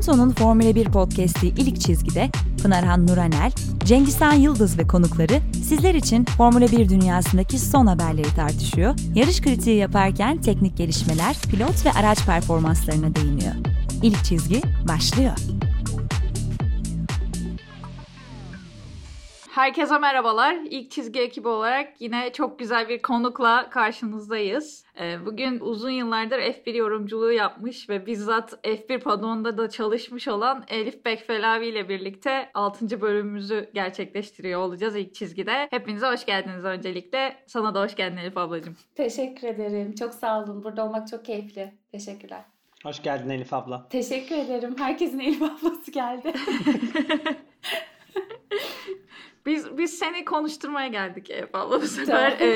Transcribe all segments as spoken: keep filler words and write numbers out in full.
Aso'nun Formula bir podcast'i İlk Çizgi'de Pınarhan Nuranel, Cengizhan Yıldız ve konukları sizler için Formula bir dünyasındaki son haberleri tartışıyor, yarış kritiği yaparken teknik gelişmeler, pilot ve araç performanslarına değiniyor. İlk Çizgi başlıyor. Herkese merhabalar. İlk Çizgi ekibi olarak yine çok güzel bir konukla karşınızdayız. Bugün uzun yıllardır F bir yorumculuğu yapmış ve bizzat F bir padonunda da çalışmış olan Elif Bekfelavi ile birlikte altıncı bölümümüzü gerçekleştiriyor olacağız İlk Çizgi'de. Hepinize hoş geldiniz öncelikle. Sana da hoş geldin Elif ablacığım. Teşekkür ederim. Çok sağ olun. Burada olmak çok keyifli. Teşekkürler. Hoş geldin Elif abla. Teşekkür ederim. Herkesin Elif ablası geldi. Biz biz seni konuşturmaya geldik Elif abla bu sefer. Tamam.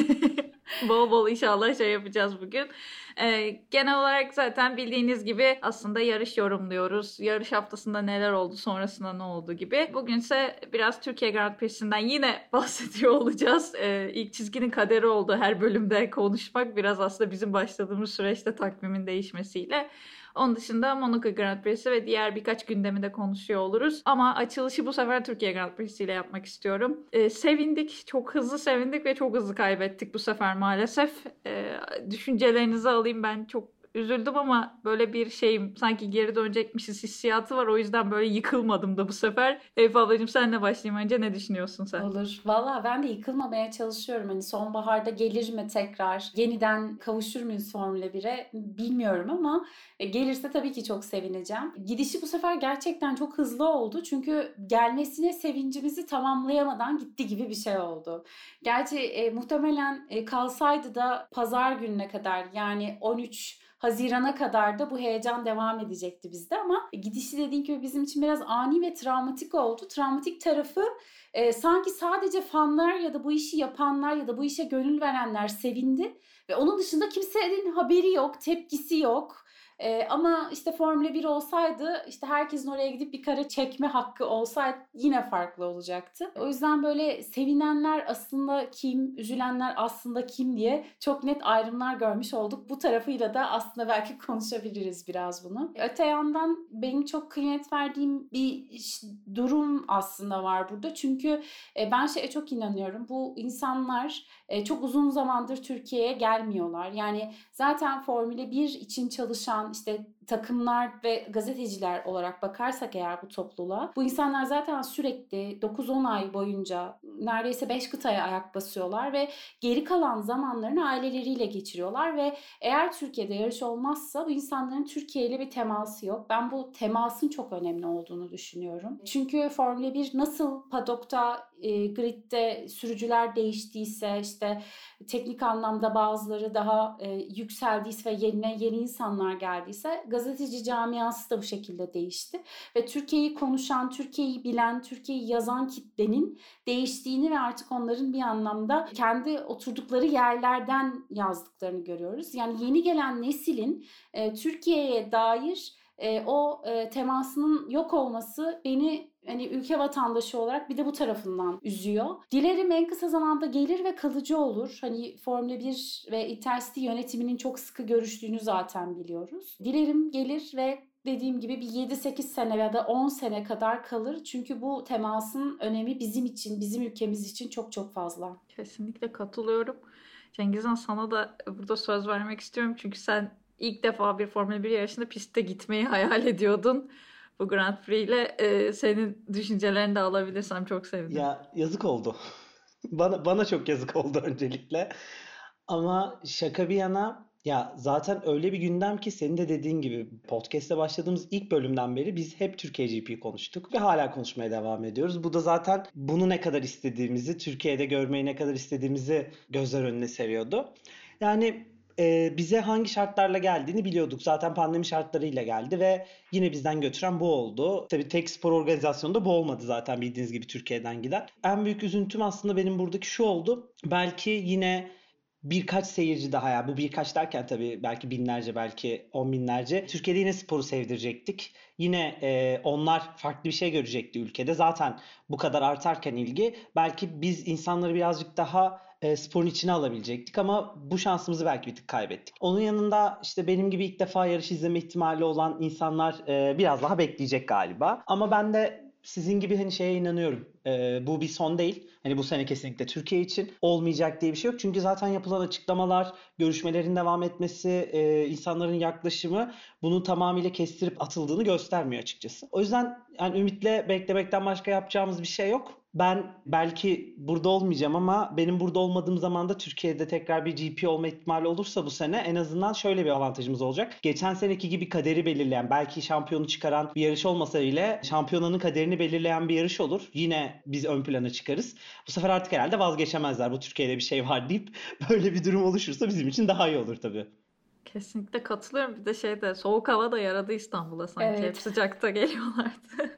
E, bol bol inşallah şey yapacağız bugün. E, genel olarak zaten bildiğiniz gibi aslında yarış yorumluyoruz. Yarış haftasında neler oldu, sonrasında ne oldu gibi. Bugünse biraz Türkiye Grand Prix'sinden yine bahsediyor olacağız. E, ilk çizginin kaderi oldu her bölümde konuşmak. Biraz aslında bizim başladığımız süreçte takvimin değişmesiyle. Onun dışında Monaco Grand Prix'si ve diğer birkaç gündemi de konuşuyor oluruz. Ama açılışı bu sefer Türkiye Grand Prix'si ile yapmak istiyorum. Ee, sevindik, çok hızlı sevindik ve çok hızlı kaybettik bu sefer maalesef. Ee, düşüncelerinizi alayım, ben çok üzüldüm ama böyle bir şeyim, sanki geri dönecekmişiz hissiyatı var. O yüzden böyle yıkılmadım da bu sefer. Elif ablacığım senle başlayayım önce. Ne düşünüyorsun sen? Olur. Valla ben de yıkılmamaya çalışıyorum. Hani sonbaharda gelir mi tekrar? Yeniden kavuşur muyuz Formula bire? Bilmiyorum ama gelirse tabii ki çok sevineceğim. Gidişi bu sefer gerçekten çok hızlı oldu. Çünkü gelmesine sevincimizi tamamlayamadan gitti gibi bir şey oldu. Gerçi e, muhtemelen e, kalsaydı da pazar gününe kadar, yani on üç Haziran'a kadar da bu heyecan devam edecekti bizde ama gidişi dediğim gibi bizim için biraz ani ve travmatik oldu. Travmatik tarafı e, sanki sadece fanlar ya da bu işi yapanlar ya da bu işe gönül verenler sevindi ve onun dışında kimsenin haberi yok, tepkisi yok. Ee, ama işte Formula bir olsaydı, işte herkesin oraya gidip bir kare çekme hakkı olsaydı yine farklı olacaktı. O yüzden böyle sevinenler aslında kim, üzülenler aslında kim diye çok net ayrımlar görmüş olduk. Bu tarafıyla da aslında belki konuşabiliriz biraz bunu. Öte yandan benim çok kıymet verdiğim bir durum aslında var burada. Çünkü ben şeye çok inanıyorum. Bu insanlar çok uzun zamandır Türkiye'ye gelmiyorlar. Yani zaten Formula bir için çalışan işte takımlar ve gazeteciler olarak bakarsak eğer bu topluluğa, bu insanlar zaten sürekli dokuz on ay boyunca neredeyse beş kıtaya ayak basıyorlar ve geri kalan zamanlarını aileleriyle geçiriyorlar ve eğer Türkiye'de yarış olmazsa bu insanların Türkiye ile bir teması yok. Ben bu temasın çok önemli olduğunu düşünüyorum. Çünkü Formula bir nasıl padokta, e, gridde sürücüler değiştiyse, işte teknik anlamda bazıları daha e, yükseldiyse ve yerine yeni insanlar geldiyse, gazeteci camiası da bu şekilde değişti. Ve Türkiye'yi konuşan, Türkiye'yi bilen, Türkiye'yi yazan kitlenin değiştiğini ve artık onların bir anlamda kendi oturdukları yerlerden yazdıklarını görüyoruz. Yani yeni gelen neslin e, Türkiye'ye dair e, o e, temasının yok olması beni hani ülke vatandaşı olarak bir de bu tarafından üzüyor. Dilerim en kısa zamanda gelir ve kalıcı olur. Hani Formula bir ve Intercity yönetiminin çok sıkı görüştüğünü zaten biliyoruz. Dilerim gelir ve dediğim gibi bir yedi sekiz sene ya da on sene kadar kalır. Çünkü bu temasın önemi bizim için, bizim ülkemiz için çok çok fazla. Kesinlikle katılıyorum. Cengizhan, sana da burada söz vermek istiyorum. Çünkü sen ilk defa bir Formula bir yarışında pistte gitmeyi hayal ediyordun. Bu Grand Prix ile e, senin düşüncelerini de alabilirsem çok sevinirim. Ya yazık oldu. Bana bana çok yazık oldu öncelikle. Ama şaka bir yana, ya zaten öyle bir gündem ki senin de dediğin gibi podcast'te başladığımız ilk bölümden beri biz hep Türkiye G P konuştuk ve hala konuşmaya devam ediyoruz. Bu da zaten bunu ne kadar istediğimizi, Türkiye'de görmeyi ne kadar istediğimizi gözler önüne seriyordu. Yani e, bize hangi şartlarla geldiğini biliyorduk. Zaten pandemi şartlarıyla geldi ve yine bizden götüren bu oldu. Tabii tek spor organizasyonu da bu olmadı zaten, bildiğiniz gibi Türkiye'den giden. En büyük üzüntüm aslında benim buradaki şu oldu. Belki yine birkaç seyirci daha, ya bu birkaç derken tabii belki binlerce, belki on binlerce, Türkiye'de yine sporu sevdirecektik. Yine e, onlar farklı bir şey görecekti ülkede. Zaten bu kadar artarken ilgi, belki biz insanları birazcık daha e, sporun içine alabilecektik ama bu şansımızı belki bir tık kaybettik. Onun yanında işte benim gibi ilk defa yarış izleme ihtimali olan insanlar e, biraz daha bekleyecek galiba. Ama ben de sizin gibi hani şeye inanıyorum. Ee, bu bir son değil. Hani bu sene kesinlikle Türkiye için olmayacak diye bir şey yok. Çünkü zaten yapılan açıklamalar, görüşmelerin devam etmesi, e, insanların yaklaşımı bunun tamamıyla kestirip atıldığını göstermiyor açıkçası. O yüzden yani ümitle beklemekten başka yapacağımız bir şey yok. Ben belki burada olmayacağım ama benim burada olmadığım zaman da Türkiye'de tekrar bir G P olma ihtimali olursa bu sene en azından şöyle bir avantajımız olacak. Geçen seneki gibi kaderi belirleyen, belki şampiyonu çıkaran bir yarış olmasa bile şampiyonanın kaderini belirleyen bir yarış olur. Yine biz ön plana çıkarız. Bu sefer artık herhalde vazgeçemezler. Bu Türkiye'de bir şey var deyip böyle bir durum oluşursa bizim için daha iyi olur tabii. Kesinlikle katılıyorum. Bir de şeyde soğuk hava da yaradı İstanbul'a sanki. Evet. Hep sıcakta geliyorlardı.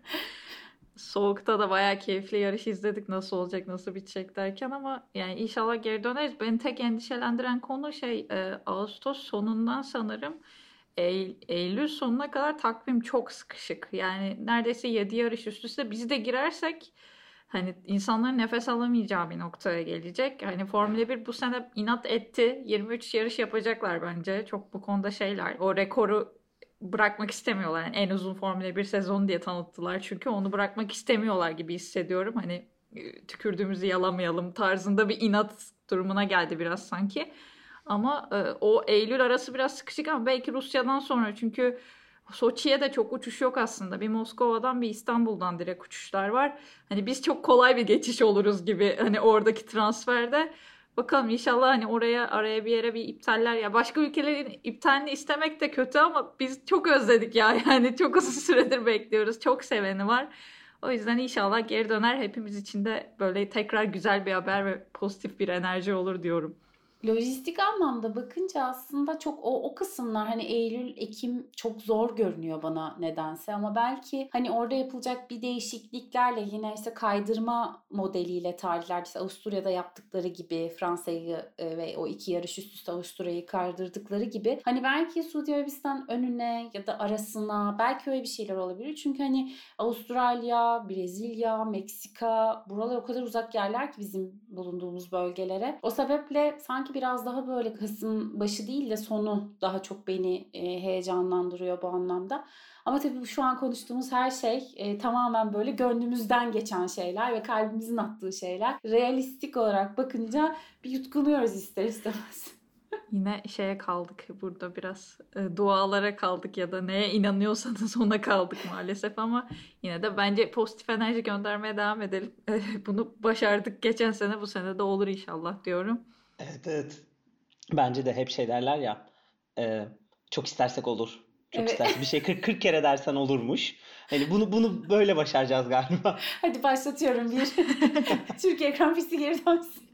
Soğukta da bayağı keyifli yarış izledik, nasıl olacak, nasıl bitecek derken, ama yani inşallah geri döneriz. Beni tek endişelendiren konu şey e, Ağustos sonundan sanırım Eylül, Eylül sonuna kadar takvim çok sıkışık. Yani neredeyse yedi yarış üst üste, biz de girersek hani insanların nefes alamayacağı bir noktaya gelecek. Hani Formula bir bu sene inat etti. yirmi üç yarış yapacaklar bence. Çok bu konuda şeyler. O rekoru bırakmak istemiyorlar. Yani en uzun Formula bir sezonu diye tanıttılar. Çünkü onu bırakmak istemiyorlar gibi hissediyorum. Hani tükürdüğümüzü yalamayalım tarzında bir inat durumuna geldi biraz sanki. Ama e, o Eylül arası biraz sıkışık, ama belki Rusya'dan sonra, çünkü Soçi'ye de çok uçuş yok aslında. Bir Moskova'dan bir İstanbul'dan direkt uçuşlar var. Hani biz çok kolay bir geçiş oluruz gibi hani oradaki transferde. Bakalım inşallah hani oraya araya bir yere bir iptaller, ya başka ülkelerin iptalini istemek de kötü ama biz çok özledik ya, yani çok uzun süredir bekliyoruz. Çok seveni var. O yüzden inşallah geri döner, hepimiz için de böyle tekrar güzel bir haber ve pozitif bir enerji olur diyorum. Lojistik anlamda bakınca aslında çok o, o kısımlar hani Eylül, Ekim çok zor görünüyor bana nedense, ama belki hani orada yapılacak bir değişikliklerle, yine işte kaydırma modeliyle tarihler, işte Avusturya'da yaptıkları gibi Fransa'yı e, ve o iki yarış üst üste Avusturya'yı kaydırdıkları gibi, hani belki Suudi Arabistan önüne ya da arasına belki öyle bir şeyler olabilir. Çünkü hani Avustralya, Brezilya, Meksika, buralar o kadar uzak yerler ki bizim bulunduğumuz bölgelere. O sebeple sanki biraz daha böyle Kasım başı değil de sonu daha çok beni e, heyecanlandırıyor bu anlamda. Ama tabii şu an konuştuğumuz her şey e, tamamen böyle gönlümüzden geçen şeyler ve kalbimizin attığı şeyler. Realistik olarak bakınca bir yutkunuyoruz ister istemez. Yine şeye kaldık burada biraz, e, dualara kaldık ya da neye inanıyorsanız ona kaldık maalesef, ama yine de bence pozitif enerji göndermeye devam edelim. E, bunu başardık geçen sene, bu sene de olur inşallah diyorum. Evet evet. Bence de hep şey derler ya, e, çok istersek olur. Çok Evet. istersen bir şey kırk kırk kere dersen olurmuş. Hani bunu bunu böyle başaracağız galiba. Hadi başlatıyorum bir. Türkiye Grand Prix'si geri dönsün.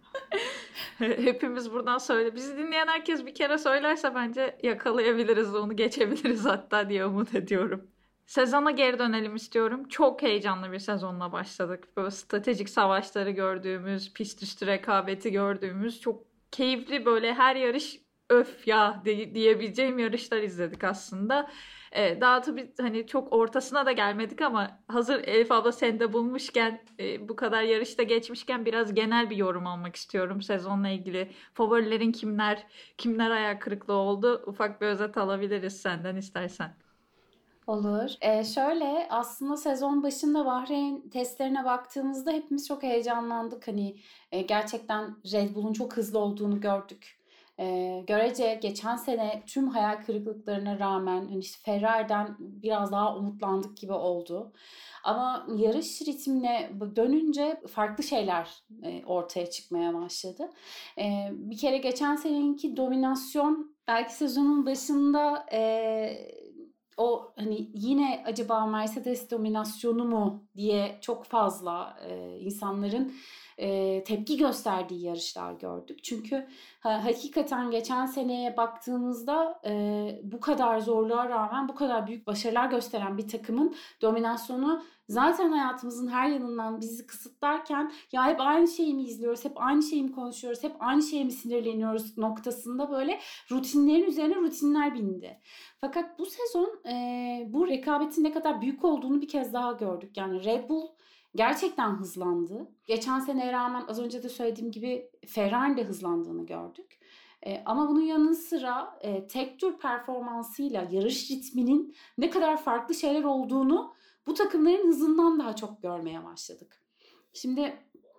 Hepimiz buradan söyle. Bizi dinleyen herkes bir kere söylerse bence yakalayabiliriz, onu geçebiliriz hatta diye umut ediyorum. Sezona geri dönelim istiyorum. Çok heyecanlı bir sezonla başladık. Böyle stratejik savaşları gördüğümüz, pist üstü rekabeti gördüğümüz, çok keyifli, böyle her yarış öf ya de, diyebileceğim yarışlar izledik aslında. Ee, daha tabii hani çok ortasına da gelmedik ama hazır Elif abla seni de bulmuşken, e, bu kadar yarışta geçmişken biraz genel bir yorum almak istiyorum sezonla ilgili. Favorilerin kimler, kimler ayak kırıklığı oldu? Ufak bir özet alabiliriz senden istersen. Olur. Ee, şöyle aslında sezon başında Bahreyn testlerine baktığımızda hepimiz çok heyecanlandık. Hani e, gerçekten Red Bull'un çok hızlı olduğunu gördük. Ee, görece geçen sene tüm hayal kırıklıklarına rağmen hani işte Ferrari'den biraz daha umutlandık gibi oldu. Ama yarış ritmine dönünce farklı şeyler e, ortaya çıkmaya başladı. E, bir kere geçen seneki dominasyon belki sezonun başında e, o hani yine acaba Mercedes dominasyonu mu diye çok fazla e, insanların e, tepki gösterdiği yarışlar gördük. Çünkü ha, hakikaten geçen seneye baktığımızda e, bu kadar zorluğa rağmen bu kadar büyük başarılar gösteren bir takımın dominasyonu zaten hayatımızın her yanından bizi kısıtlarken, ya hep aynı şeyi mi izliyoruz, hep aynı şeyi mi konuşuyoruz, hep aynı şeye mi sinirleniyoruz noktasında böyle rutinlerin üzerine rutinler bindi. Fakat bu sezon e, bu rekabetin ne kadar büyük olduğunu bir kez daha gördük. Yani Red Bull gerçekten hızlandı. Geçen seneye rağmen az önce de söylediğim gibi Ferrari'nin de hızlandığını gördük. E, ama bunun yanı sıra e, tek tur performansıyla yarış ritminin ne kadar farklı şeyler olduğunu bu takımların hızından daha çok görmeye başladık. Şimdi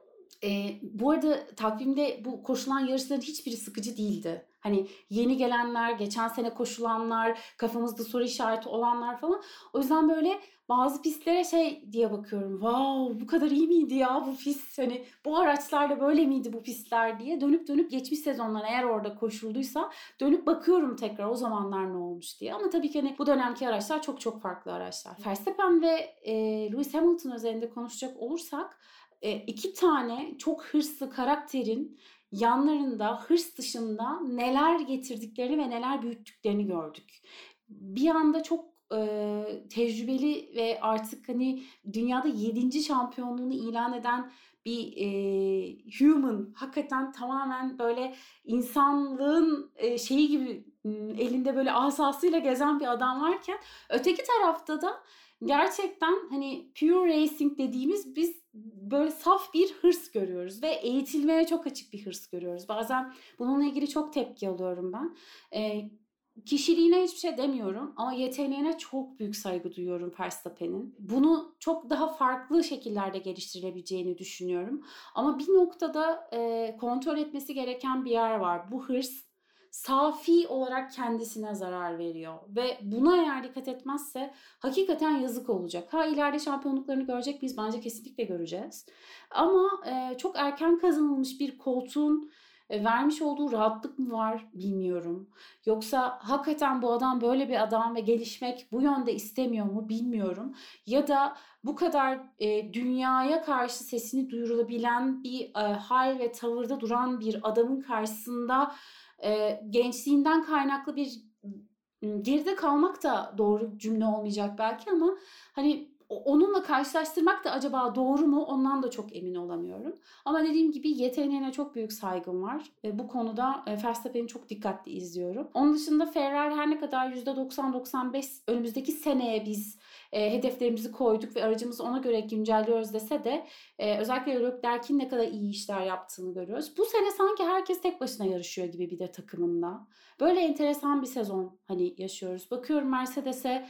e, bu arada takvimde bu koşulan yarışların hiçbiri sıkıcı değildi. Hani yeni gelenler, geçen sene koşulanlar, kafamızda soru işareti olanlar falan. O yüzden böyle bazı pistlere şey diye bakıyorum. Wow, bu kadar iyi miydi ya bu pist? Hani bu araçlarla böyle miydi bu pistler diye dönüp dönüp geçmiş sezonlar eğer orada koşulduysa dönüp bakıyorum tekrar o zamanlar ne olmuş diye. Ama tabii ki hani bu dönemki araçlar çok çok farklı araçlar. Verstappen ve e, Lewis Hamilton üzerinde konuşacak olursak e, iki tane çok hırslı karakterin yanlarında hırs dışında neler getirdiklerini ve neler büyüttüklerini gördük. Bir anda çok e, tecrübeli ve artık hani dünyada yedinci şampiyonluğunu ilan eden bir e, human, hakikaten tamamen böyle insanlığın e, şeyi gibi elinde böyle asasıyla gezen bir adam varken öteki tarafta da gerçekten hani pure racing dediğimiz biz böyle saf bir hırs görüyoruz ve eğitilmeye çok açık bir hırs görüyoruz. Bazen bununla ilgili çok tepki alıyorum ben. E, kişiliğine hiçbir şey demiyorum ama yeteneğine çok büyük saygı duyuyorum Verstappen'in. Bunu çok daha farklı şekillerde geliştirilebileceğini düşünüyorum. Ama bir noktada e, kontrol etmesi gereken bir yer var. Bu hırs safi olarak kendisine zarar veriyor ve buna eğer dikkat etmezse hakikaten yazık olacak. Ha ileride şampiyonluklarını görecek miyiz? Bence kesinlikle göreceğiz. Ama e, çok erken kazanılmış bir koltuğun e, vermiş olduğu rahatlık mı var bilmiyorum. Yoksa hakikaten bu adam böyle bir adam ve gelişmek bu yönde istemiyor mu bilmiyorum. Ya da bu kadar e, dünyaya karşı sesini duyurulabilen bir e, hal ve tavırda duran bir adamın karşısında e, gençliğinden kaynaklı bir geride kalmak da doğru cümle olmayacak belki ama hani onunla karşılaştırmak da acaba doğru mu ondan da çok emin olamıyorum. Ama dediğim gibi yeteneğine çok büyük saygım var. E, bu konuda e, Verstappen'i çok dikkatli izliyorum. Onun dışında Ferrari her ne kadar yüzde doksan doksan beş önümüzdeki seneye biz e, hedeflerimizi koyduk ve aracımızı ona göre güncelliyoruz dese de e, özellikle Leclerc'in ne kadar iyi işler yaptığını görüyoruz. Bu sene sanki herkes tek başına yarışıyor gibi bir de takımında. Böyle enteresan bir sezon hani yaşıyoruz. Bakıyorum Mercedes'e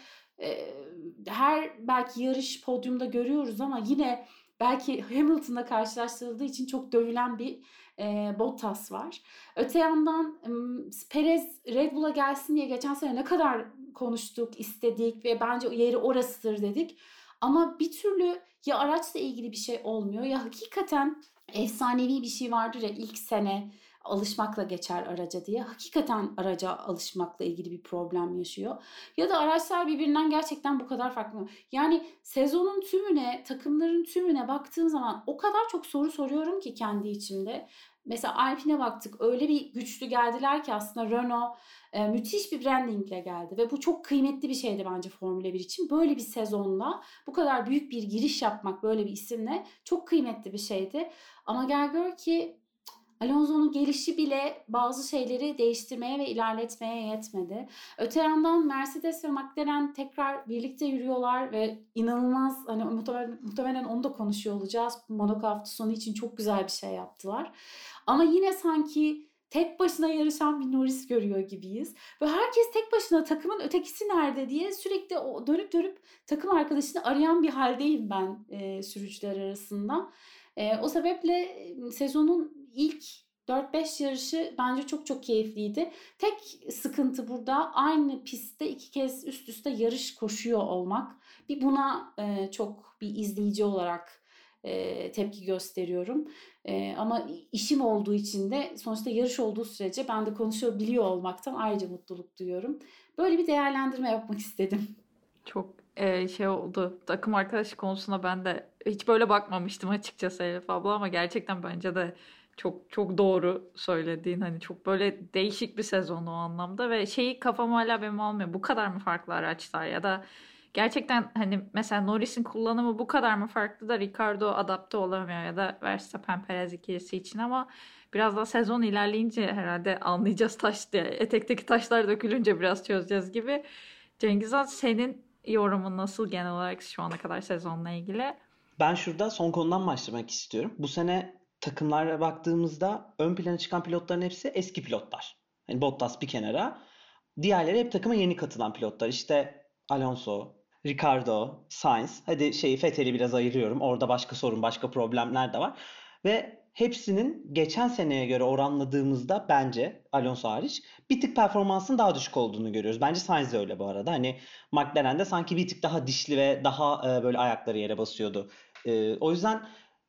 her belki yarış podyumda görüyoruz ama yine belki Hamilton'la karşılaştırıldığı için çok dövülen bir e, Bottas var. Öte yandan e, Perez Red Bull'a gelsin diye geçen sene ne kadar konuştuk, istedik ve bence yeri orasıdır dedik. Ama bir türlü ya araçla ilgili bir şey olmuyor ya hakikaten efsanevi bir şey vardır ya ilk sene alışmakla geçer araca diye. Hakikaten araca alışmakla ilgili bir problem yaşıyor. Ya da araçlar birbirinden gerçekten bu kadar farklı. Yani sezonun tümüne, takımların tümüne baktığım zaman o kadar çok soru soruyorum ki kendi içimde. Mesela Alpine'e baktık. Öyle bir güçlü geldiler ki aslında Renault e, müthiş bir brandingle geldi. Ve bu çok kıymetli bir şeydi bence Formula bir için. Böyle bir sezonda bu kadar büyük bir giriş yapmak böyle bir isimle çok kıymetli bir şeydi. Ama gel gör ki Alonso'nun gelişi bile bazı şeyleri değiştirmeye ve ilerletmeye yetmedi. Öte yandan Mercedes ve McLaren tekrar birlikte yürüyorlar ve inanılmaz hani muhtemelen, muhtemelen onu da konuşuyor olacağız. Monaco hafta sonu için çok güzel bir şey yaptılar. Ama yine sanki tek başına yarışan bir Norris görüyor gibiyiz. Ve herkes tek başına takımın ötekisi nerede diye sürekli o dönüp dönüp takım arkadaşını arayan bir haldeyim ben e, sürücüler arasında. E, o sebeple sezonun ilk dört beş yarışı bence çok çok keyifliydi. Tek sıkıntı burada aynı pistte iki kez üst üste yarış koşuyor olmak. Bir buna e, çok bir izleyici olarak e, tepki gösteriyorum. E, ama işim olduğu için de sonuçta yarış olduğu sürece ben de konuşabiliyor olmaktan ayrıca mutluluk duyuyorum. Böyle bir değerlendirme yapmak istedim. Çok e, şey oldu. Takım arkadaşı konusuna ben de hiç böyle bakmamıştım açıkçası Elif abla ama gerçekten bence de çok çok doğru söylediğin. Hani çok böyle değişik bir sezon o anlamda ve şeyi kafam hala benim almıyor. Bu kadar mı farklı araçlar ya da gerçekten hani mesela Norris'in kullanımı bu kadar mı farklı da Ricardo adapte olamıyor ya da Verstappen Perez ikilisi için ama biraz daha sezon ilerleyince herhalde anlayacağız taş diye. Etekteki taşlar dökülünce biraz çözeceğiz gibi. Cengiz Han senin yorumun nasıl genel olarak şu ana kadar sezonla ilgili? Ben şurada son konudan başlamak istiyorum. Bu sene takımlara baktığımızda ön plana çıkan pilotların hepsi eski pilotlar. Hani Bottas bir kenara. Diğerleri hep takıma yeni katılan pilotlar. İşte Alonso, Ricardo, Sainz. Hadi şeyi Vettel'i biraz ayırıyorum. Orada başka sorun, başka problemler de var. Ve hepsinin geçen seneye göre oranladığımızda bence Alonso hariç bir tık performansın daha düşük olduğunu görüyoruz. Bence Sainz de öyle bu arada. Hani McLaren'de sanki bir tık daha dişli ve daha e, böyle ayakları yere basıyordu. E, o yüzden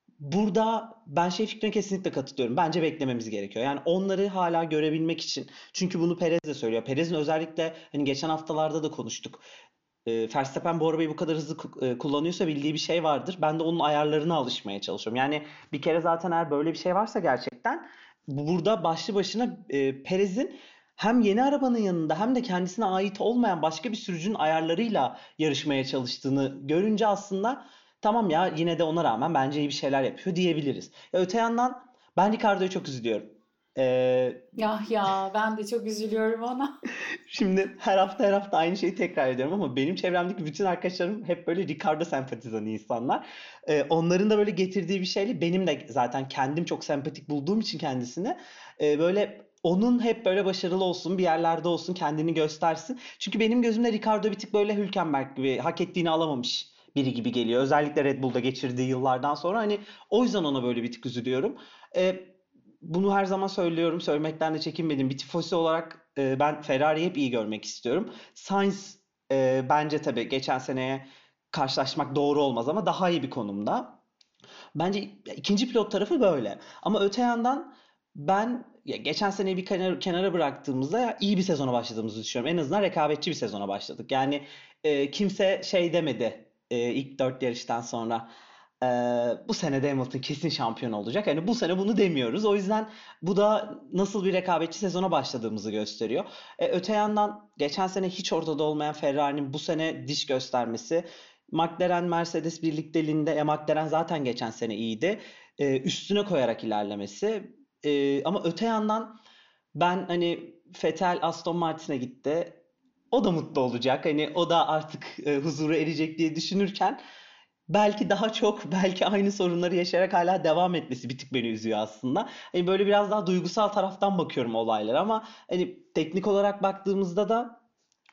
burada ben şey fikrine kesinlikle katılıyorum. Bence beklememiz gerekiyor. Yani onları hala görebilmek için. Çünkü bunu Perez de söylüyor. Perez'in özellikle hani geçen haftalarda da konuştuk. E, Verstappen bu arabayı bu kadar hızlı ku- e, kullanıyorsa bildiği bir şey vardır. Ben de onun ayarlarına alışmaya çalışıyorum. Yani bir kere zaten eğer böyle bir şey varsa gerçekten bu- burada başlı başına e, Perez'in hem yeni arabanın yanında hem de kendisine ait olmayan başka bir sürücünün ayarlarıyla yarışmaya çalıştığını görünce aslında tamam ya yine de ona rağmen bence iyi bir şeyler yapıyor diyebiliriz. Ya öte yandan ben Ricardo'ya çok üzülüyorum. Ee, Ya ya ben de çok üzülüyorum ona. Şimdi her hafta her hafta aynı şeyi tekrar ediyorum ama benim çevremdeki bütün arkadaşlarım hep böyle Ricardo sempatizanı insanlar. Ee, onların da böyle getirdiği bir şeyle benim de zaten kendim çok sempatik bulduğum için kendisini e, böyle onun hep böyle başarılı olsun, bir yerlerde olsun, kendini göstersin. Çünkü benim gözümde Ricardo bir tık böyle Hülkenberg gibi hak ettiğini alamamış biri gibi geliyor. Özellikle Red Bull'da geçirdiği yıllardan sonra hani o yüzden ona böyle bir tık üzülüyorum. Ee, Bunu her zaman söylüyorum. Söylemekten de çekinmedim. Bir tifosi olarak e, ben Ferrari'yi hep iyi görmek istiyorum. Sainz e, bence tabii geçen seneye karşılaşmak doğru olmaz ama daha iyi bir konumda. Bence ikinci pilot tarafı böyle. Ama öte yandan ben ya geçen seneyi bir kenara, kenara bıraktığımızda ya iyi bir sezona başladığımızı düşünüyorum. En azından rekabetçi bir sezona başladık. Yani e, kimse şey demedi e, ilk dört yarıştan sonra. e, Bu sene de Hamilton kesin şampiyon olacak. Yani bu sene bunu demiyoruz. O yüzden bu da nasıl bir rekabetçi sezona başladığımızı gösteriyor. E, öte yandan geçen sene hiç ortada olmayan Ferrari'nin bu sene diş göstermesi, McLaren Mercedes birlikteliğinde e, McLaren zaten geçen sene iyiydi. E, üstüne koyarak ilerlemesi. E, ama öte yandan ben hani Vettel Aston Martin'e gitti. O da mutlu olacak. Hani o da artık e, huzura erecek diye düşünürken belki daha çok belki aynı sorunları yaşayarak hala devam etmesi bir tık beni üzüyor aslında. Hani böyle biraz daha duygusal taraftan bakıyorum olaylara ama hani teknik olarak baktığımızda da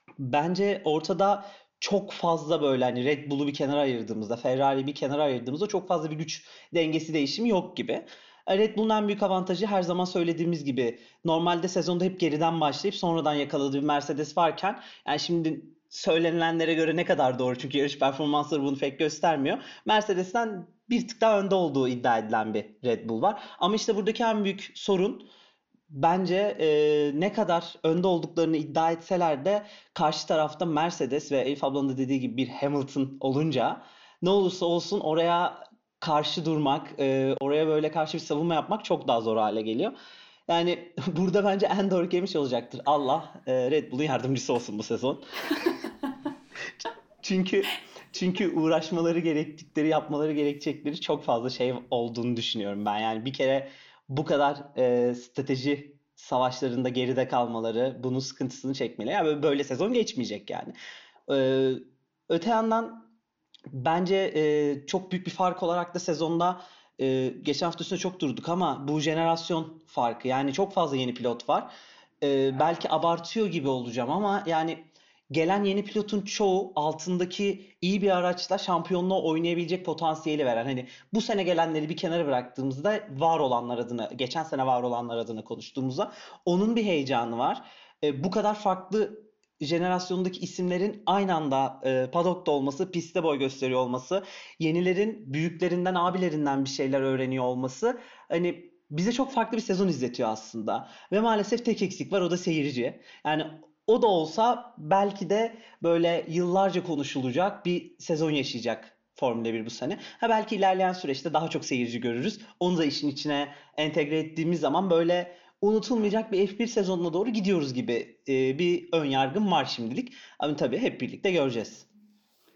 bence ortada çok fazla böyle hani Red Bull'u bir kenara ayırdığımızda, Ferrari'yi bir kenara ayırdığımızda çok fazla bir güç dengesi değişimi yok gibi. E, Red Bull'un en büyük avantajı her zaman söylediğimiz gibi normalde sezonda hep geriden başlayıp sonradan yakaladığı bir Mercedes varken yani şimdi söylenilenlere göre ne kadar doğru çünkü yarış performansları bunu pek göstermiyor. Mercedes'ten bir tık daha önde olduğu iddia edilen bir Red Bull var. Ama işte buradaki en büyük sorun bence e, ne kadar önde olduklarını iddia etseler de karşı tarafta Mercedes ve Elif ablanın da dediği gibi bir Hamilton olunca ne olursa olsun oraya karşı durmak, e, oraya böyle karşı bir savunma yapmak çok daha zor hale geliyor. Yani burada bence en doğru yemiş olacaktır. Allah e, Red Bull'un yardımcısı olsun bu sezon. Çünkü çünkü uğraşmaları gerektikleri, yapmaları gerekecekleri çok fazla şey olduğunu düşünüyorum ben. Yani bir kere bu kadar e, strateji savaşlarında geride kalmaları, bunun sıkıntısını çekmeleri. Yani böyle, böyle sezon geçmeyecek yani. Ee, Öte yandan bence e, çok büyük bir fark olarak da sezonda e, geçen hafta üstüne çok durduk ama bu jenerasyon farkı yani çok fazla yeni pilot var. E, belki abartıyor gibi olacağım ama yani gelen yeni pilotun çoğu altındaki iyi bir araçla şampiyonluğu oynayabilecek potansiyeli veren. Hani bu sene gelenleri bir kenara bıraktığımızda var olanlar adına, geçen sene var olanlar adına konuştuğumuzda onun bir heyecanı var. E, bu kadar farklı jenerasyondaki isimlerin aynı anda e, paddock'ta olması, pistte boy gösteriyor olması, yenilerin büyüklerinden, abilerinden bir şeyler öğreniyor olması hani bize çok farklı bir sezon izletiyor aslında. Ve maalesef tek eksik var o da seyirci. Yani o da olsa belki de böyle yıllarca konuşulacak bir sezon yaşayacak Formula bir bu sene. Ha belki ilerleyen süreçte daha çok seyirci görürüz. Onu da işin içine entegre ettiğimiz zaman böyle unutulmayacak bir F bir sezonuna doğru gidiyoruz gibi e, bir ön yargım var şimdilik. Ama tabii hep birlikte göreceğiz.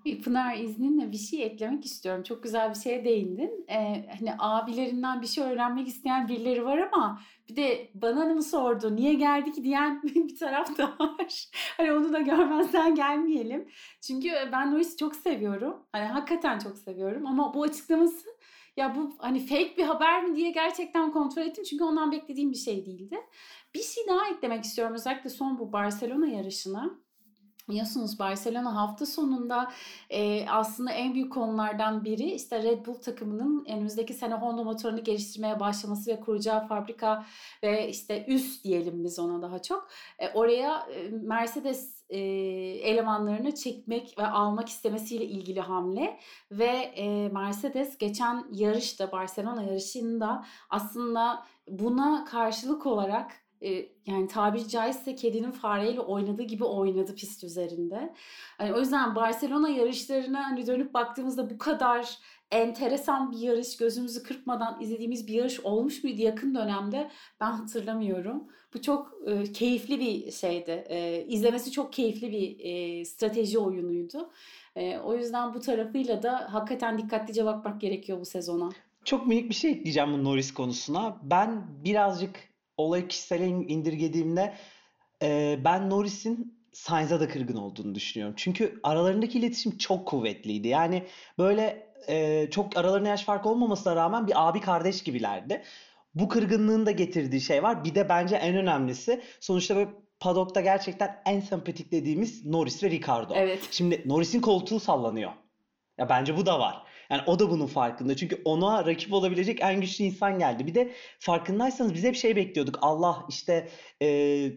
Pınar, izninle bir şey eklemek istiyorum. Çok güzel bir şeye değindin. Ee, hani abilerinden bir şey öğrenmek isteyen birileri var ama bir de bana mı sordu, niye geldik diyen bir taraf da var. Hani onu da görmezden gelmeyelim. Çünkü ben Norris'i çok seviyorum. Hani hakikaten çok seviyorum ama bu açıklaması, ya bu hani fake bir haber mi diye gerçekten kontrol ettim. Çünkü ondan beklediğim bir şey değildi. Bir şey daha eklemek istiyorum, özellikle son bu Barcelona yarışına. Biliyorsunuz Barcelona hafta sonunda e, aslında en büyük konulardan biri işte Red Bull takımının önümüzdeki sene Honda motorunu geliştirmeye başlaması ve kuracağı fabrika ve işte üs diyelim biz ona daha çok. E, oraya e, Mercedes e, elemanlarını çekmek ve almak istemesiyle ilgili hamle ve e, Mercedes geçen yarışta, Barcelona yarışında aslında buna karşılık olarak, yani tabiri caizse kedinin fareyle oynadığı gibi oynadı pist üzerinde. Yani o yüzden Barcelona yarışlarına hani dönüp baktığımızda bu kadar enteresan bir yarış, gözümüzü kırpmadan izlediğimiz bir yarış olmuş muydu yakın dönemde? Ben hatırlamıyorum. Bu çok e, keyifli bir şeydi. E, izlemesi çok keyifli bir e, strateji oyunuydu. E, o yüzden bu tarafıyla da hakikaten dikkatlice bakmak gerekiyor bu sezona. Çok minik bir şey ekleyeceğim bu Norris konusuna. Ben birazcık olayı kişisele indirgediğimde e, ben Norris'in Sainz'a da kırgın olduğunu düşünüyorum. Çünkü aralarındaki iletişim çok kuvvetliydi. Yani böyle e, çok aralarında yaş farkı olmamasına rağmen bir abi kardeş gibilerdi. Bu kırgınlığın da getirdiği şey var. Bir de bence en önemlisi, sonuçta böyle paddock'ta gerçekten en sempatik dediğimiz Norris ve Ricardo. Evet. Şimdi Norris'in koltuğu sallanıyor. Ya bence bu da var. Yani o da bunun farkında. Çünkü ona rakip olabilecek en güçlü insan geldi. Bir de farkındaysanız biz hep şey bekliyorduk. Allah işte e,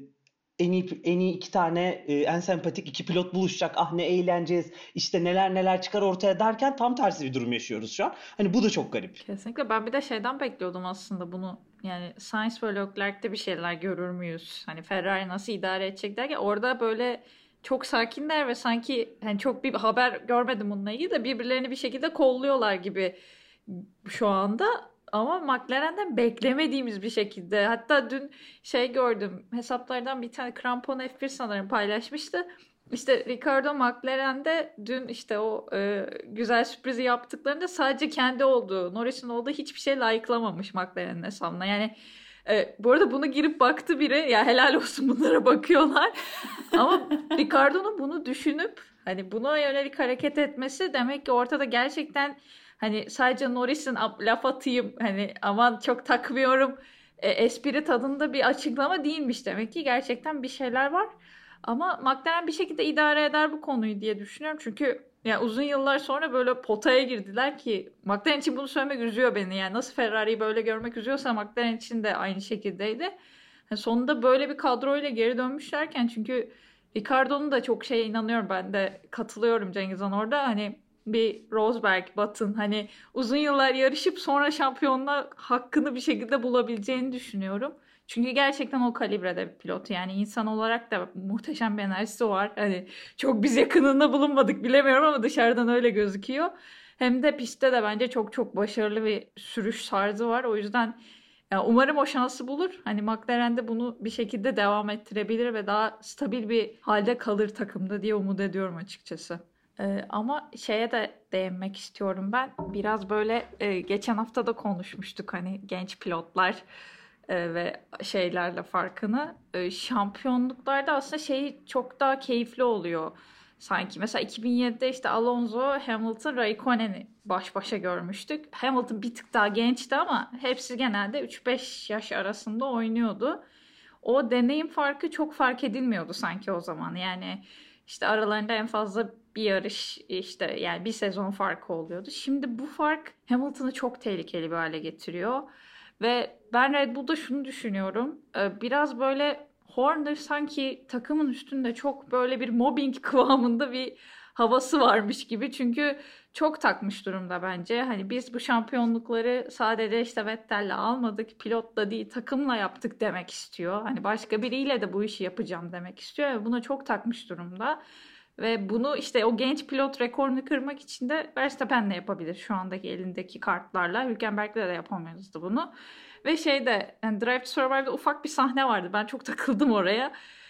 en iyi en iyi iki tane e, en sempatik iki pilot buluşacak. Ah ne eğleneceğiz. İşte neler neler çıkar ortaya derken tam tersi bir durum yaşıyoruz şu an. Hani bu da çok garip. Kesinlikle. Ben bir de şeyden bekliyordum aslında bunu. Yani Sainz ve Leclerc'te bir şeyler görür müyüz? Hani Ferrari nasıl idare edecek derken orada böyle çok sakinler ve sanki hani çok bir haber görmedim bununla ilgili de birbirlerini bir şekilde kolluyorlar gibi şu anda. Ama McLaren'den beklemediğimiz bir şekilde. Hatta dün şey gördüm. Hesaplardan bir tane Krampon F bir sanırım paylaşmıştı. İşte Ricardo McLaren'de dün işte o e, güzel sürprizi yaptıklarında sadece kendi olduğu, Norris'in olduğu hiçbir şey layıklamamış McLaren'in hesabına. Yani e, bu arada bunu girip baktı biri. Ya helal olsun, bunlara bakıyorlar. Ama Ricardo'nun bunu düşünüp hani buna yönelik hareket etmesi demek ki ortada gerçekten hani sadece Norris'in laf atayım hani aman çok takmıyorum e, espri tadında bir açıklama değilmiş, demek ki gerçekten bir şeyler var. Ama McLaren bir şekilde idare eder bu konuyu diye düşünüyorum. Çünkü yani uzun yıllar sonra böyle potaya girdiler ki McLaren için bunu söylemek üzüyor beni. Yani nasıl Ferrari'yi böyle görmek üzüyorsa McLaren için de aynı şekildeydi. Yani sonunda böyle bir kadroyla geri dönmüşlerken, çünkü Ricardo'nun da çok şeye inanıyorum, ben de katılıyorum Cengiz Han orada. Hani bir Rosberg, Button hani uzun yıllar yarışıp sonra şampiyonluğa hakkını bir şekilde bulabileceğini düşünüyorum. Çünkü gerçekten o kalibrede bir pilot. Yani insan olarak da muhteşem bir enerjisi var. Hani çok biz yakınında bulunmadık bilemiyorum ama dışarıdan öyle gözüküyor. Hem de pistte de bence çok çok başarılı bir sürüş tarzı var. O yüzden ya umarım o şansı bulur. Hani McLaren de bunu bir şekilde devam ettirebilir ve daha stabil bir halde kalır takımda diye umut ediyorum açıkçası. Ee, ama şeye de değinmek istiyorum ben. Biraz böyle e, geçen hafta da konuşmuştuk hani genç pilotlar e, ve şeylerle farkını. E, şampiyonluklarda aslında şey çok daha keyifli oluyor sanki. Mesela iki bin yedide işte Alonso, Hamilton, Raikkonen'i baş başa görmüştük. Hamilton bir tık daha gençti ama hepsi genelde üç beş yaş arasında oynuyordu. O deneyim farkı çok fark edilmiyordu sanki o zaman. Yani işte aralarında en fazla bir yarış, işte yani bir sezon farkı oluyordu. Şimdi bu fark Hamilton'ı çok tehlikeli bir hale getiriyor. Ve ben Red Bull'da şunu düşünüyorum. Biraz böyle Horner sanki takımın üstünde çok böyle bir mobbing kıvamında bir havası varmış gibi. Çünkü çok takmış durumda bence. Hani biz bu şampiyonlukları sadece işte Vettel'le almadık, pilotla değil takımla yaptık demek istiyor. Hani başka biriyle de bu işi yapacağım demek istiyor ve buna çok takmış durumda. Ve bunu işte o genç pilot rekorunu kırmak için de Verstappen'le yapabilir şu andaki elindeki kartlarla. Hülkenberg'le de yapamazdı bunu. Ve şeyde yani Drive to Survive'da ufak bir sahne vardı. Ben çok takıldım oraya.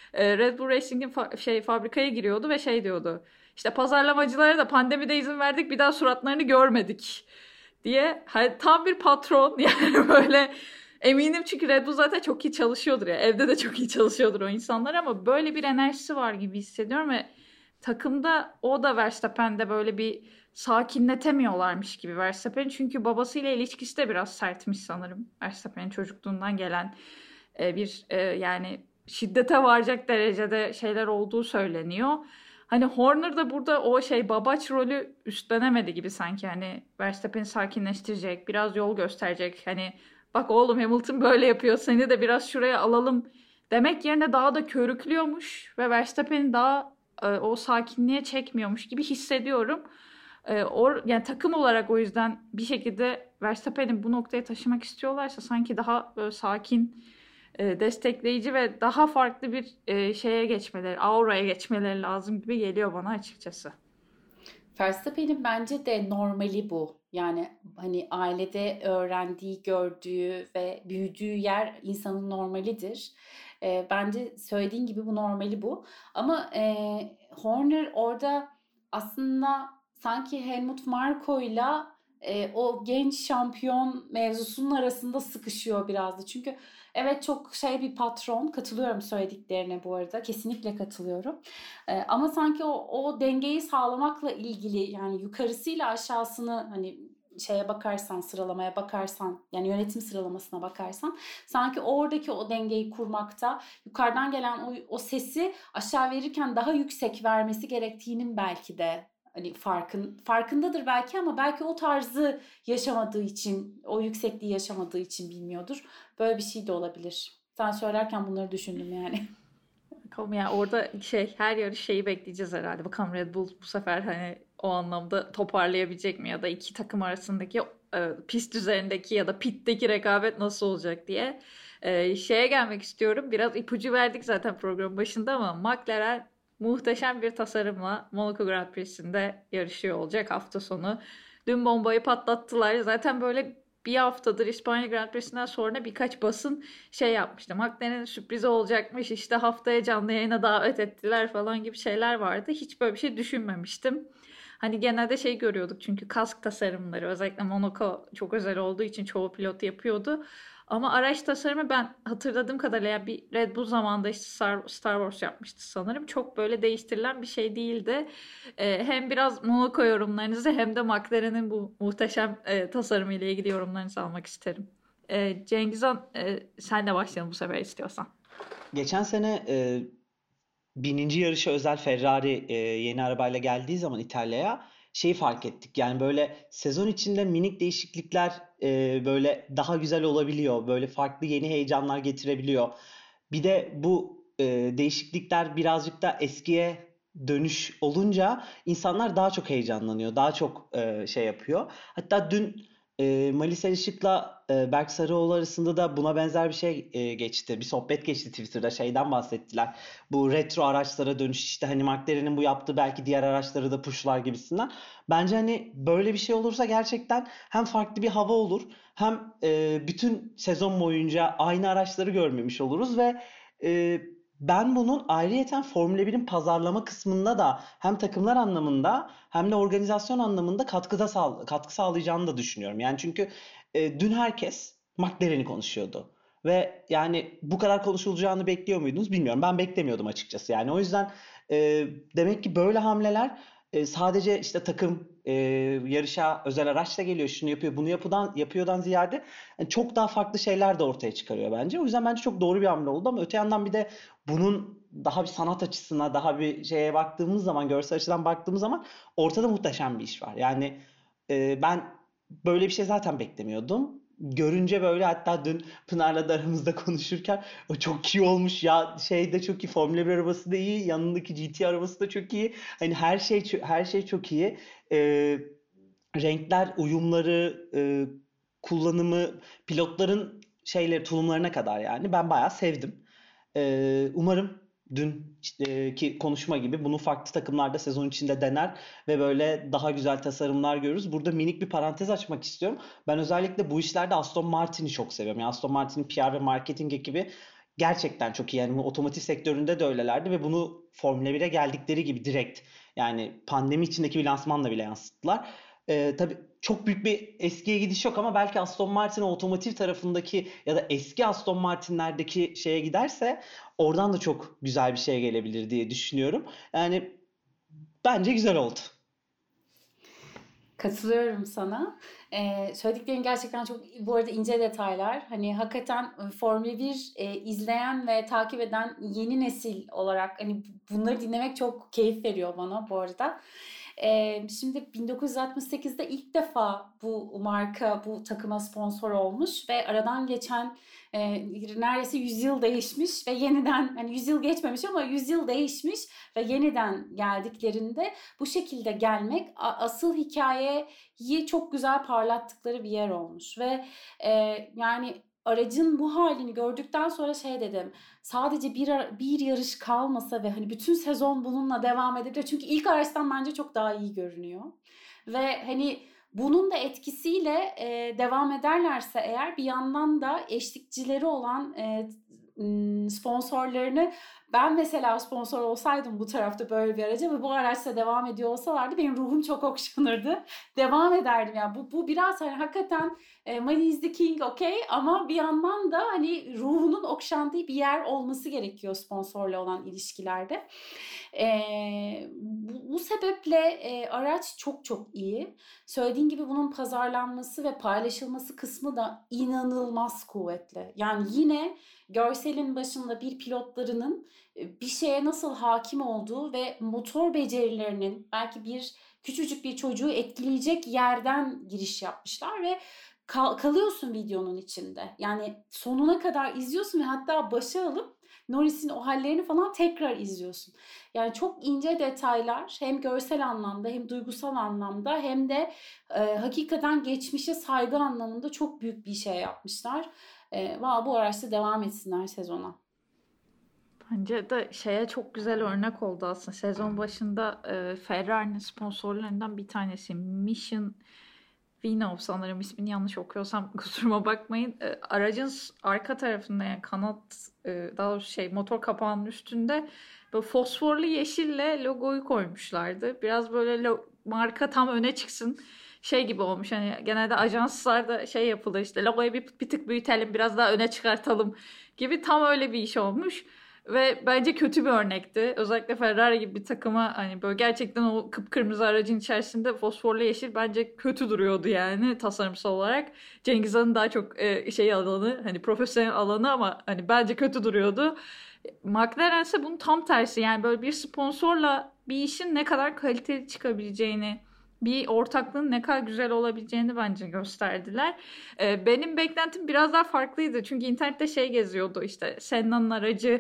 e, Red Bull Racing'in fa- şey fabrikaya giriyordu ve şey diyordu. İşte pazarlamacılara da pandemide izin verdik, bir daha suratlarını görmedik diye. Hani tam bir patron yani, böyle eminim, çünkü Red Bull zaten çok iyi çalışıyordur ya. Evde de çok iyi çalışıyordur o insanlar, ama böyle bir enerjisi var gibi hissediyorum ve takımda o da Verstappen'de böyle bir sakinletemiyorlarmış gibi Verstappen'i, çünkü babasıyla ilişkisi de biraz sertmiş sanırım. Verstappen'in çocukluğundan gelen e, bir e, yani şiddete varacak derecede şeyler olduğu söyleniyor. Hani Horner da burada o şey babaç rolü üstlenemedi gibi sanki, hani Verstappen'i sakinleştirecek, biraz yol gösterecek. Hani bak oğlum, Hamilton böyle yapıyor, seni de biraz şuraya alalım demek yerine daha da körüklüyormuş ve Verstappen'i daha e, o sakinliğe çekmiyormuş gibi hissediyorum. E, or, yani takım olarak o yüzden bir şekilde Verstappen'i bu noktaya taşımak istiyorlarsa sanki daha böyle sakin, e, destekleyici ve daha farklı bir e, şeye geçmeleri, auraya geçmeleri lazım gibi geliyor bana açıkçası. Verstappen'in bence de normali bu. Yani hani ailede öğrendiği, gördüğü ve büyüdüğü yer insanın normalidir. E, bence söylediğin gibi bu normali bu. Ama e, Horner orada aslında sanki Helmut Marko'yla e, o genç şampiyon mevzusunun arasında sıkışıyor biraz da. Çünkü evet, çok şey bir patron, katılıyorum söylediklerine bu arada, kesinlikle katılıyorum. Ee, ama sanki o, o dengeyi sağlamakla ilgili, yani yukarısıyla aşağısını hani şeye bakarsan, sıralamaya bakarsan, yani yönetim sıralamasına bakarsan, sanki oradaki o dengeyi kurmakta, yukarıdan gelen o, o sesi aşağı verirken daha yüksek vermesi gerektiğinin belki de hani farkın farkındadır belki, ama belki o tarzı yaşamadığı için, o yüksekliği yaşamadığı için bilmiyordur. Böyle bir şey de olabilir. Sen söylerken bunları düşündüm yani. Bakalım ya, orada şey, her yarış şeyi bekleyeceğiz herhalde. Bakalım Red Bull bu sefer hani o anlamda toparlayabilecek mi, ya da iki takım arasındaki e, pist üzerindeki ya da pitteki rekabet nasıl olacak diye. E, şeye gelmek istiyorum. Biraz ipucu verdik zaten programın başında, ama McLaren muhteşem bir tasarımla Monaco Grand Prix'sinde yarışıyor olacak hafta sonu. Dün bombayı patlattılar. Zaten böyle bir haftadır İspanya Grand Prix'sinden sonra birkaç basın şey yapmıştı. McLaren'in sürprizi olacakmış, işte haftaya canlı yayına davet ettiler falan gibi şeyler vardı. Hiç böyle bir şey düşünmemiştim. Hani genelde şey görüyorduk, çünkü kask tasarımları özellikle Monaco çok özel olduğu için çoğu pilot yapıyordu. Ama araç tasarımı ben hatırladığım kadarıyla bir Red Bull zamanında işte Star, Star Wars yapmıştı sanırım. Çok böyle değiştirilen bir şey değildi. Ee, hem biraz Monaco yorumlarınızı hem de McLaren'in bu muhteşem e, tasarımı ile ilgili yorumlarınızı almak isterim. Ee, Cengizhan, e, senle başlayalım bu sefer istiyorsan. Geçen sene e, bininci yarışa özel Ferrari e, yeni arabayla geldiği zaman İtalya'ya şeyi fark ettik. Yani böyle sezon içinde minik değişiklikler e, böyle daha güzel olabiliyor. Böyle farklı yeni heyecanlar getirebiliyor. Bir de bu e, değişiklikler birazcık da eskiye dönüş olunca insanlar daha çok heyecanlanıyor. Daha çok e, şey yapıyor. Hatta dün e, Malis Alişik'la e, Berk Sarıoğlu arasında da buna benzer bir şey e, geçti. Bir sohbet geçti Twitter'da. Şeyden bahsettiler. Bu retro araçlara dönüş, işte hani McLaren'in bu yaptığı belki diğer araçları da pushlar gibisinden. Bence hani böyle bir şey olursa gerçekten hem farklı bir hava olur, hem e, bütün sezon boyunca aynı araçları görmemiş oluruz ve e, ben bunun ayrıyeten Formula birin pazarlama kısmında da hem takımlar anlamında hem de organizasyon anlamında katkıda sağ, katkı sağlayacağını da düşünüyorum. Yani çünkü e, dün herkes McLaren'i konuşuyordu. Ve yani bu kadar konuşulacağını bekliyor muydunuz bilmiyorum. Ben beklemiyordum açıkçası. Yani o yüzden e, demek ki böyle hamleler e, sadece işte takım e, yarışa özel araçla geliyor, şunu yapıyor, bunu yapıdan, yapıyordan ziyade yani çok daha farklı şeyler de ortaya çıkarıyor bence. O yüzden bence çok doğru bir hamle oldu, ama öte yandan bir de bunun daha bir sanat açısına, daha bir şeye baktığımız zaman, görsel açıdan baktığımız zaman ortada muhteşem bir iş var. Yani e, ben böyle bir şey zaten beklemiyordum. Görünce böyle, hatta dün Pınar'la da aramızda konuşurken o çok iyi olmuş ya, şey de çok iyi, Formula bir arabası da iyi, yanındaki G T arabası da çok iyi. Hani her şey her şey çok iyi. Ee, renkler, uyumları, e, kullanımı, pilotların şeyleri, tulumlarına kadar yani ben bayağı sevdim. Ee, umarım dünkü konuşma gibi bunu farklı takımlarda sezon içinde dener ve böyle daha güzel tasarımlar görürüz. Burada minik bir parantez açmak istiyorum. Ben özellikle bu işlerde Aston Martin'i çok seviyorum. Yani Aston Martin'in P R ve marketing ekibi gerçekten çok iyi. Yani bu otomotiv sektöründe de öylelerdi ve bunu Formula bire geldikleri gibi direkt, yani pandemi içindeki bir lansmanla bile yansıttılar. Ee, tabii çok büyük bir eskiye gidiş yok ama belki Aston Martin otomotiv tarafındaki ya da eski Aston Martin'lerdeki şeye giderse oradan da çok güzel bir şey gelebilir diye düşünüyorum. Yani bence güzel oldu. Katılıyorum sana. Ee, söylediklerin gerçekten çok bu arada ince detaylar. Hani hakikaten e, Formula bir e, izleyen ve takip eden yeni nesil olarak hani bunları dinlemek çok keyif veriyor bana bu arada. Ee, şimdi bin dokuz yüz altmış sekizde ilk defa bu marka bu takıma sponsor olmuş ve aradan geçen e, neredeyse yüz yıl değişmiş ve yeniden hani yüz yıl geçmemiş ama yüz yıl değişmiş ve yeniden geldiklerinde bu şekilde gelmek asıl hikayeyi çok güzel parlattıkları bir yer olmuş ve e, yani aracın bu halini gördükten sonra şey dedim, sadece bir bir yarış kalmasa ve hani bütün sezon bununla devam edebilir. Çünkü ilk araçtan bence çok daha iyi görünüyor. Ve hani bunun da etkisiyle e, devam ederlerse eğer bir yandan da eşlikçileri olan e, sponsorlarını, ben mesela sponsor olsaydım bu tarafta böyle bir araca ve bu araçla devam ediyor olsalardı benim ruhum çok okşanırdı. Devam ederdim yani. Bu, bu biraz hani hakikaten e, money is the king okay, ama bir yandan da hani ruhunun okşandığı bir yer olması gerekiyor sponsorla olan ilişkilerde. E, bu, bu sebeple e, araç çok çok iyi. Söylediğin gibi bunun pazarlanması ve paylaşılması kısmı da inanılmaz kuvvetli. Yani yine görselin başında bir pilotlarının bir şeye nasıl hakim olduğu ve motor becerilerinin belki bir küçücük bir çocuğu etkileyecek yerden giriş yapmışlar ve kal- kalıyorsun videonun içinde. Yani sonuna kadar izliyorsun ve hatta başa alıp Norris'in o hallerini falan tekrar izliyorsun. Yani çok ince detaylar, hem görsel anlamda hem duygusal anlamda hem de e, hakikaten geçmişe saygı anlamında çok büyük bir şey yapmışlar. E, Valla bu araçta devam etsinler sezona. Bence de şeye çok güzel örnek oldu aslında. Sezon başında e, Ferrari'nin sponsorlarından bir tanesi Mission Vinov, sanırım ismini yanlış okuyorsam kusuruma bakmayın. E, aracın arka tarafında, yani kanat e, daha doğrusu şey motor kapağının üstünde böyle fosforlu yeşille logoyu koymuşlardı. Biraz böyle lo- marka tam öne çıksın. Şey gibi olmuş, hani genelde ajanslarda şey yapılır, işte logoyu bir, bir tık büyütelim, biraz daha öne çıkartalım gibi, tam öyle bir iş olmuş. Ve bence kötü bir örnekti. Özellikle Ferrari gibi bir takıma hani böyle gerçekten o kıpkırmızı aracın içerisinde fosforlu yeşil bence kötü duruyordu yani tasarımsal olarak. Cengiz Han'ın daha çok e, şey alanı, hani profesyonel alanı, ama hani bence kötü duruyordu. McLaren ise bunun tam tersi, yani böyle bir sponsorla bir işin ne kadar kaliteli çıkabileceğini, bir ortaklığın ne kadar güzel olabileceğini bence gösterdiler. Ee, benim beklentim biraz daha farklıydı. Çünkü internette şey geziyordu, işte Senna'nın aracı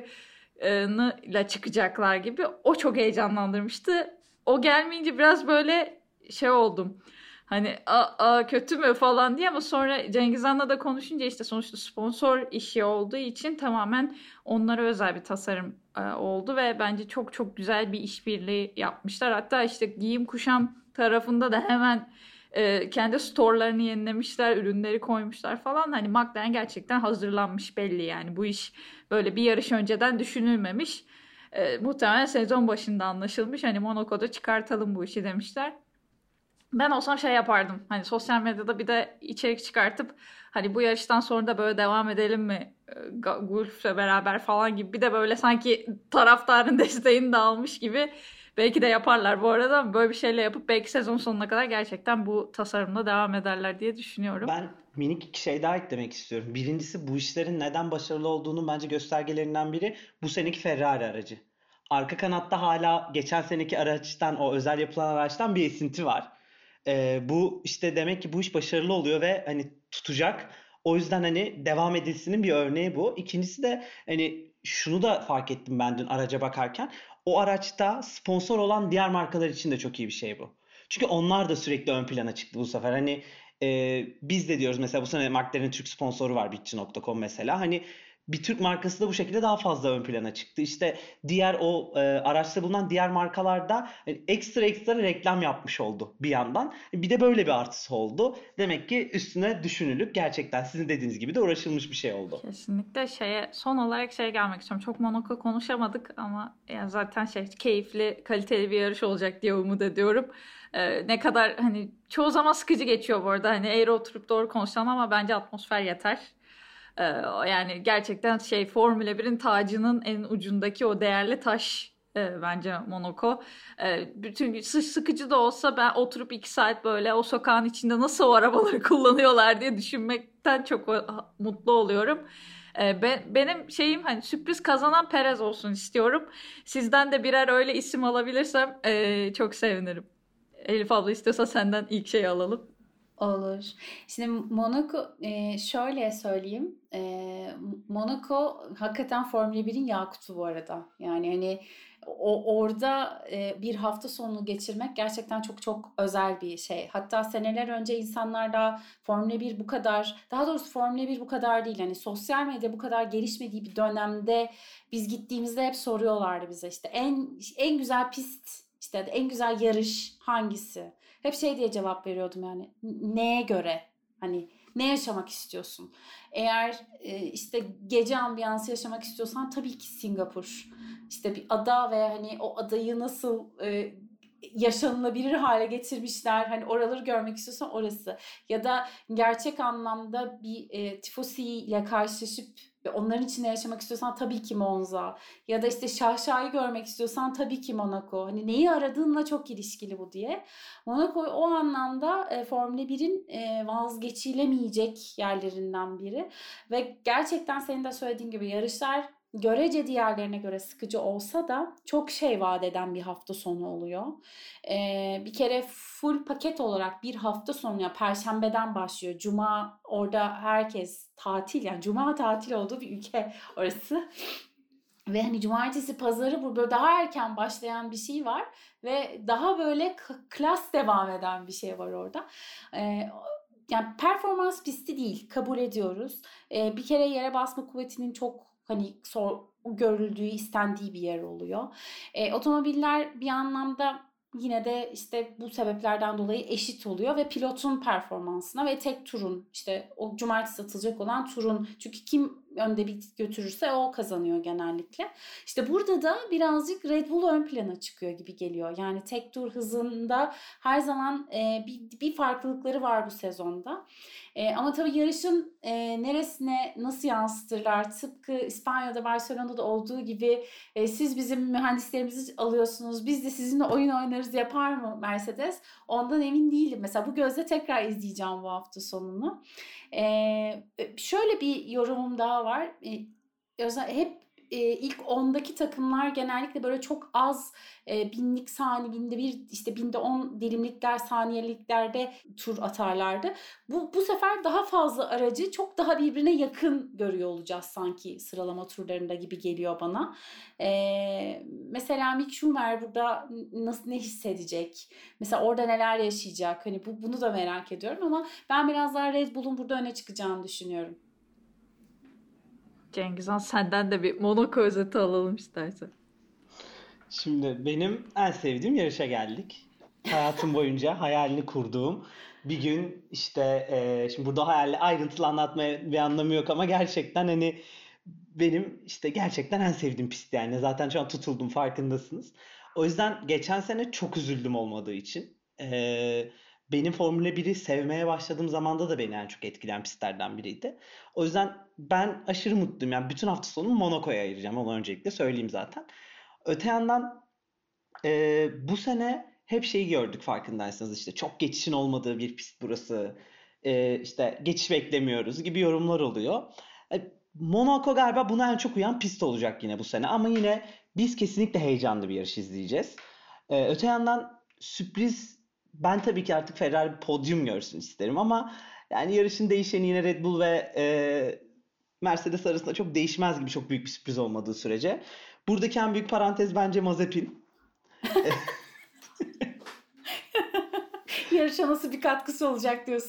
ile çıkacaklar gibi. O çok heyecanlandırmıştı. O gelmeyince biraz böyle şey oldum. Hani a, a kötü mü falan diye, ama sonra Cengiz Han'la da konuşunca işte sonuçta sponsor işi olduğu için tamamen onlara özel bir tasarım e, oldu ve bence çok çok güzel bir işbirliği yapmışlar. Hatta işte giyim kuşam tarafında da hemen e, kendi storelarını yenilemişler, ürünleri koymuşlar falan. Hani McLaren gerçekten hazırlanmış belli yani. Bu iş böyle bir yarış önceden düşünülmemiş. E, muhtemelen sezon başında anlaşılmış. Hani Monaco'da çıkartalım bu işi demişler. Ben olsam şey yapardım. Hani sosyal medyada bir de içerik çıkartıp hani bu yarıştan sonra da böyle devam edelim mi Gulf'le beraber falan gibi. Bir de böyle sanki taraftarın desteğini de almış gibi. Belki de yaparlar bu arada, ama böyle bir şeyle yapıp belki sezon sonuna kadar gerçekten bu tasarımla devam ederler diye düşünüyorum. Ben minik iki şey daha eklemek istiyorum. Birincisi, bu işlerin neden başarılı olduğunun bence göstergelerinden biri bu seneki Ferrari aracı. Arka kanatta hala geçen seneki araçtan, o özel yapılan araçtan bir esinti var. Ee, bu işte demek ki bu iş başarılı oluyor ve hani tutacak. O yüzden hani devam edilsinin bir örneği bu. İkincisi de hani şunu da fark ettim ben dün araca bakarken. O araçta sponsor olan diğer markalar için de çok iyi bir şey bu. Çünkü onlar da sürekli ön plana çıktı bu sefer. Hani e, biz de diyoruz mesela, bu sene McLaren'in Türk sponsoru var, bitçi nokta com mesela. Hani bir Türk markası da bu şekilde daha fazla ön plana çıktı. İşte diğer o e, araçta bulunan diğer markalarda yani ekstra ekstra reklam yapmış oldu bir yandan. Bir de böyle bir artısı oldu. Demek ki üstüne düşünülüp gerçekten sizin dediğiniz gibi de uğraşılmış bir şey oldu. Kesinlikle şeye son olarak şey gelmek istiyorum. Çok Monaco konuşamadık ama yani zaten şey keyifli, kaliteli bir yarış olacak diye umut ediyorum. Ee, ne kadar hani çoğu zaman sıkıcı geçiyor bu arada. Hani eğri oturup doğru konuşalım ama bence atmosfer yeter. Ee, yani gerçekten şey Formula birin tacının en ucundaki o değerli taş e, bence Monaco. E, bütün gün sıkıcı da olsa ben oturup iki saat böyle o sokağın içinde nasıl o arabaları kullanıyorlar diye düşünmekten çok mutlu oluyorum. E, ben, benim şeyim hani sürpriz kazanan Perez olsun istiyorum. Sizden de birer öyle isim alabilirsem e, çok sevinirim. Elif abla istiyorsa senden ilk şeyi alalım. Olur. Şimdi Monaco e, şöyle söyleyeyim. E, Monaco hakikaten Formula birin yakutu bu arada. Yani hani o orada e, bir hafta sonunu geçirmek gerçekten çok çok özel bir şey. Hatta seneler önce insanlar da Formula bir bu kadar, daha doğrusu Formula bir bu kadar değil. Hani sosyal medya bu kadar gelişmediği bir dönemde biz gittiğimizde hep soruyorlardı bize işte en en güzel pist, işte en güzel yarış hangisi? Hep şey diye cevap veriyordum yani neye göre, hani ne yaşamak istiyorsun? Eğer e, işte gece ambiyansı yaşamak istiyorsan tabii ki Singapur. İşte bir ada ve hani o adayı nasıl e, yaşanılabilir hale getirmişler. Hani oraları görmek istiyorsan orası. Ya da gerçek anlamda bir e, tifosi ile karşılaşıp onların içinde yaşamak istiyorsan tabii ki Monza. Ya da işte şaşayı görmek istiyorsan tabii ki Monaco. Hani neyi aradığınla çok ilişkili bu diye. Monaco o anlamda e, Formula birin e, vazgeçilemeyecek yerlerinden biri. Ve gerçekten senin de söylediğin gibi yarışlar görece diğerlerine göre sıkıcı olsa da çok şey vaat eden bir hafta sonu oluyor. Ee, bir kere full paket olarak bir hafta sonu ya Perşembeden başlıyor. Cuma orada herkes tatil, yani Cuma tatil olduğu bir ülke orası. Ve hani cumartesi pazarı bu böyle daha erken başlayan bir şey var ve daha böyle klas devam eden bir şey var orada. Ee, yani performans pisti değil, kabul ediyoruz. Ee, bir kere yere basma kuvvetinin çok hani sor, görüldüğü, istendiği bir yer oluyor. E, otomobiller bir anlamda yine de işte bu sebeplerden dolayı eşit oluyor ve pilotun performansına ve tek turun, işte o cumartesi atılacak olan turun, çünkü kim önde bir götürürse o kazanıyor genellikle. İşte burada da birazcık Red Bull ön plana çıkıyor gibi geliyor. Yani tek tur hızında her zaman e, bir, bir farklılıkları var bu sezonda. E, ama tabii yarışın e, neresine nasıl yansıtırlar? Tıpkı İspanya'da, Barcelona'da olduğu gibi e, siz bizim mühendislerimizi alıyorsunuz, biz de sizinle oyun oynarız yapar mı Mercedes? Ondan emin değilim. Mesela bu gözle tekrar izleyeceğim bu hafta sonunu. E, şöyle bir yorumum daha var. E, özel, hep e, ilk ondaki takımlar genellikle böyle çok az e, binlik saniye, binde bir, işte binde on dilimlikler, saniyeliklerde tur atarlardı. Bu, bu sefer daha fazla aracı çok daha birbirine yakın görüyor olacağız sanki sıralama turlarında gibi geliyor bana. E, mesela Mick Schumacher burada nasıl, ne hissedecek? Mesela orada neler yaşayacak? Hani bu, bunu da merak ediyorum ama ben biraz daha Red Bull'un burada öne çıkacağını düşünüyorum. Cengizhan, senden de bir Monaco özeti alalım istersen. Şimdi benim en sevdiğim yarışa geldik. Hayatım boyunca hayalini kurduğum bir gün işte e, şimdi burada hayali ayrıntılı anlatmaya bir anlamı yok ama gerçekten hani benim işte gerçekten en sevdiğim pist yani. Zaten şu an tutuldum, farkındasınız. O yüzden geçen sene çok üzüldüm olmadığı için. E, benim Formula biri sevmeye başladığım zamanda da beni en çok etkileyen pistlerden biriydi. O yüzden ben aşırı mutluyum. Yani bütün hafta sonunu Monaco'ya ayıracağım. Onu öncelikle söyleyeyim zaten. Öte yandan e, bu sene hep şeyi gördük, farkındaysanız, işte çok geçişin olmadığı bir pist burası. E, işte geçiş beklemiyoruz gibi yorumlar oluyor. E, Monaco galiba buna en çok uyan pist olacak yine bu sene. Ama yine biz kesinlikle heyecanlı bir yarış izleyeceğiz. E, öte yandan sürpriz, ben tabii ki artık Ferrari podyum görsün isterim ama yani yarışın değişeni yine Red Bull ve e, Mercedes arasında çok değişmez gibi, çok büyük bir sürpriz olmadığı sürece. Buradaki en büyük parantez bence Mazepin. Yarışa nasıl bir katkısı olacak diyorsun?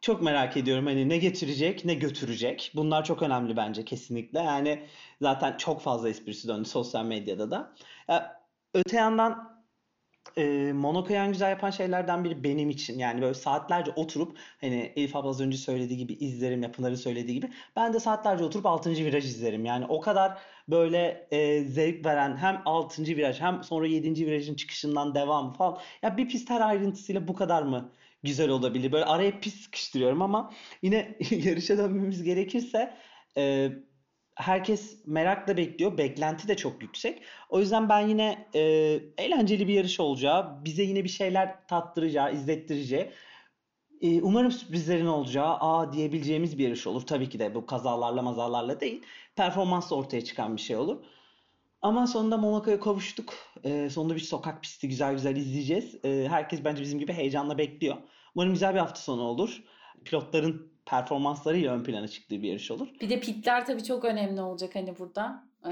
çok merak ediyorum hani ne getirecek ne götürecek. Bunlar çok önemli bence kesinlikle. Yani zaten çok fazla esprisi döndü sosyal medyada da. Ya, öte yandan e, Monaco'yu en güzel yapan şeylerden biri benim için. Yani böyle saatlerce oturup hani Elif abla az önce söylediği gibi izlerim ya Pınar'ın söylediği gibi. Ben de saatlerce oturup altıncı viraj izlerim. Yani o kadar böyle e, zevk veren hem altıncı viraj hem sonra yedinci virajın çıkışından devamı falan. Ya bir pist her ayrıntısıyla bu kadar mı güzel olabilir? Böyle araya pist sıkıştırıyorum ama yine yarışa dönmemiz gerekirse e, herkes merakla bekliyor. Beklenti de çok yüksek. O yüzden ben yine e, eğlenceli bir yarış olacağı, bize yine bir şeyler tattıracağı, izlettireceği, e, umarım sürprizlerin olacağı, aa diyebileceğimiz bir yarış olur. Tabii ki de bu kazalarla mazalarla değil, performansla ortaya çıkan bir şey olur. Ama sonunda Monaco'ya kavuştuk. E, sonunda bir sokak pisti güzel güzel izleyeceğiz. E, herkes bence bizim gibi heyecanla bekliyor. Umarım güzel bir hafta sonu olur. Pilotların performanslarıyla ön plana çıktığı bir yarış olur. Bir de pitler tabii çok önemli olacak hani burada. Ee,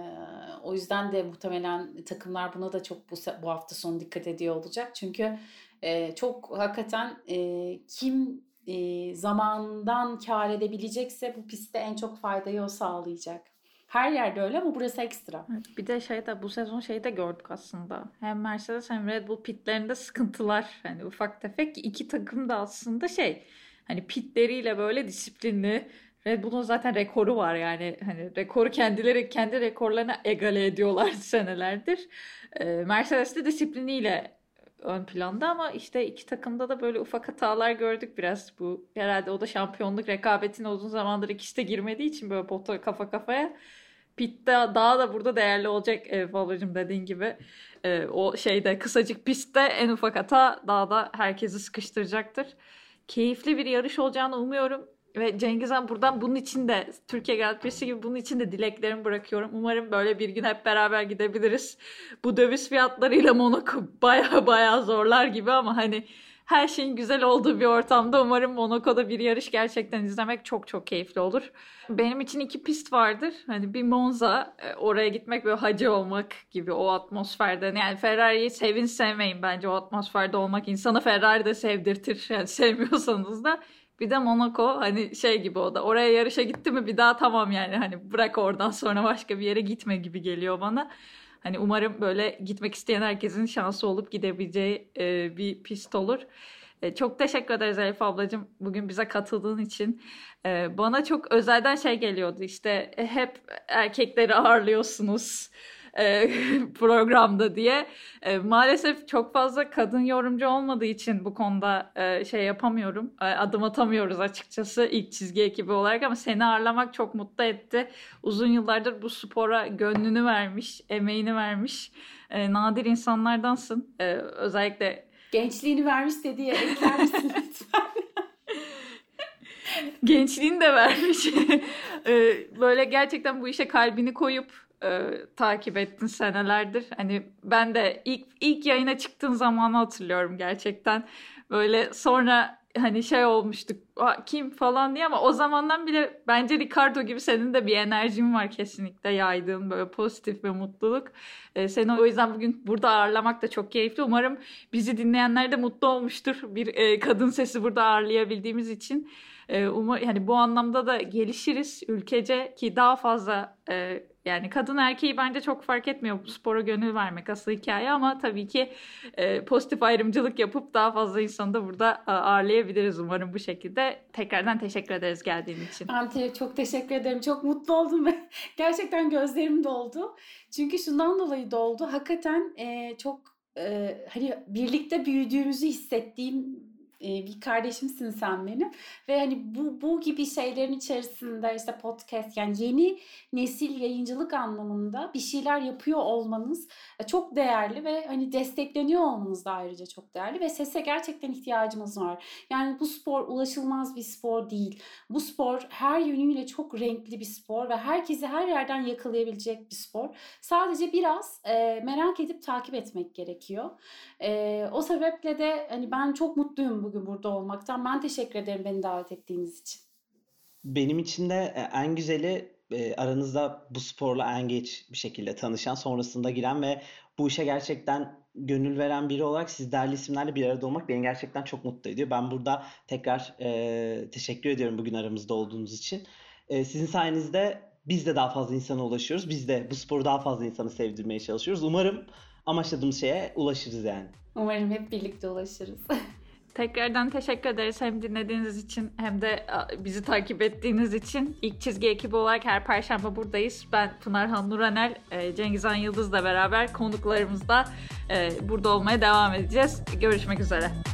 o yüzden de muhtemelen takımlar buna da çok bu, bu hafta sonu dikkat ediyor olacak. Çünkü e, çok hakikaten e, kim e, zamandan kâr edebilecekse bu pistte en çok faydayı o sağlayacak. Her yerde öyle ama burası ekstra. Evet, bir de şey de bu sezon şeyi de gördük aslında. Hem Mercedes hem Red Bull pitlerinde sıkıntılar. Hani ufak tefek iki takım da aslında şey hani pitleriyle böyle disiplinli. Red Bull'un zaten rekoru var yani hani rekoru kendileri kendi rekorlarına egale ediyorlar senelerdir. Ee, Mercedes de disipliniyle ön planda ama işte iki takımda da böyle ufak hatalar gördük biraz. Bu herhalde o da şampiyonluk rekabetine uzun zamandır ikisi de girmediği için böyle pota kafa kafaya. Pit daha da burada değerli olacak e, Valıcığım dediğin gibi. E, o şeyde kısacık pistte en ufak hata daha da herkesi sıkıştıracaktır. Keyifli bir yarış olacağını umuyorum. Ve Cengiz Han buradan bunun için de Türkiye Grand Prix'si gibi bunun için de dileklerimi bırakıyorum. Umarım böyle bir gün hep beraber gidebiliriz. Bu döviz fiyatlarıyla Monaco baya baya zorlar gibi ama hani her şeyin güzel olduğu bir ortamda umarım Monaco'da bir yarış gerçekten izlemek çok çok keyifli olur. Benim için iki pist vardır. Hani bir Monza, oraya gitmek böyle hacı olmak gibi o atmosferde. Yani Ferrari'yi sevin sevmeyin bence o atmosferde olmak insana Ferrari de sevdirtir. Yani sevmiyorsanız da. Bir de Monaco hani şey gibi o da oraya yarışa gitti mi bir daha tamam yani hani bırak oradan sonra başka bir yere gitme gibi geliyor bana. Hani umarım böyle gitmek isteyen herkesin şansı olup gidebileceği e, bir pist olur. E, çok teşekkür ederiz Elif ablacığım bugün bize katıldığın için. E, bana çok özelden şey geliyordu işte e, hep erkekleri ağırlıyorsunuz e, programda diye. E, maalesef çok fazla kadın yorumcu olmadığı için bu konuda e, şey yapamıyorum. E, adım atamıyoruz açıkçası ilk çizgi ekibi olarak ama seni ağırlamak çok mutlu etti. Uzun yıllardır bu spora gönlünü vermiş, emeğini vermiş. E, nadir insanlardansın. E, özellikle gençliğini vermiş dediği ekler misin lütfen? Gençliğini de vermiş. e, böyle gerçekten bu işe kalbini koyup E, takip ettin senelerdir. Hani ben de ilk ilk yayına çıktığın zamanı hatırlıyorum gerçekten. Böyle sonra hani şey olmuştuk. Kim falan diye ama o zamandan bile bence Ricardo gibi senin de bir enerjin var kesinlikle yaydığın böyle pozitif ve mutluluk. E, seni o yüzden bugün burada ağırlamak da çok keyifli. Umarım bizi dinleyenler de mutlu olmuştur. Bir e, kadın sesi burada ağırlayabildiğimiz için. E, umar, yani bu anlamda da gelişiriz ülkece ki daha fazla e, yani kadın erkeği bence çok fark etmiyor bu spora gönül vermek asıl hikaye ama tabii ki e, pozitif ayrımcılık yapıp daha fazla insanı da burada ağırlayabiliriz umarım bu şekilde. Tekrardan teşekkür ederiz geldiğin için. Ben te- çok teşekkür ederim. Çok mutlu oldum ve gerçekten gözlerim doldu. Çünkü şundan dolayı doldu. Hakikaten e, çok e, hani birlikte büyüdüğümüzü hissettiğim bir kardeşimsin sen benim ve hani bu bu gibi şeylerin içerisinde işte podcast yani yeni nesil yayıncılık anlamında bir şeyler yapıyor olmanız çok değerli ve hani destekleniyor olmanız da ayrıca çok değerli ve sese gerçekten ihtiyacımız var. Yani bu spor ulaşılmaz bir spor değil. Bu spor her yönüyle çok renkli bir spor ve herkesi her yerden yakalayabilecek bir spor. Sadece biraz e, merak edip takip etmek gerekiyor. E, o sebeple de hani ben çok mutluyum bugün burada olmaktan. Ben teşekkür ederim beni davet ettiğiniz için. Benim için de en güzeli e, aranızda bu sporla en geç bir şekilde tanışan, sonrasında giren ve bu işe gerçekten gönül veren biri olarak siz değerli isimlerle bir arada olmak beni gerçekten çok mutlu ediyor. Ben burada tekrar e, teşekkür ediyorum bugün aramızda olduğunuz için. E, sizin sayenizde biz de daha fazla insana ulaşıyoruz. Biz de bu sporu daha fazla insanı sevdirmeye çalışıyoruz. Umarım amaçladığımız şeye ulaşırız yani. Umarım hep birlikte ulaşırız. Tekrardan teşekkür ederiz hem dinlediğiniz için hem de bizi takip ettiğiniz için. İlk Çizgi ekibi olarak her Perşembe buradayız. Ben Pınarhan Nuranel, Cengizhan Yıldız'la beraber konuklarımızla burada olmaya devam edeceğiz. Görüşmek üzere.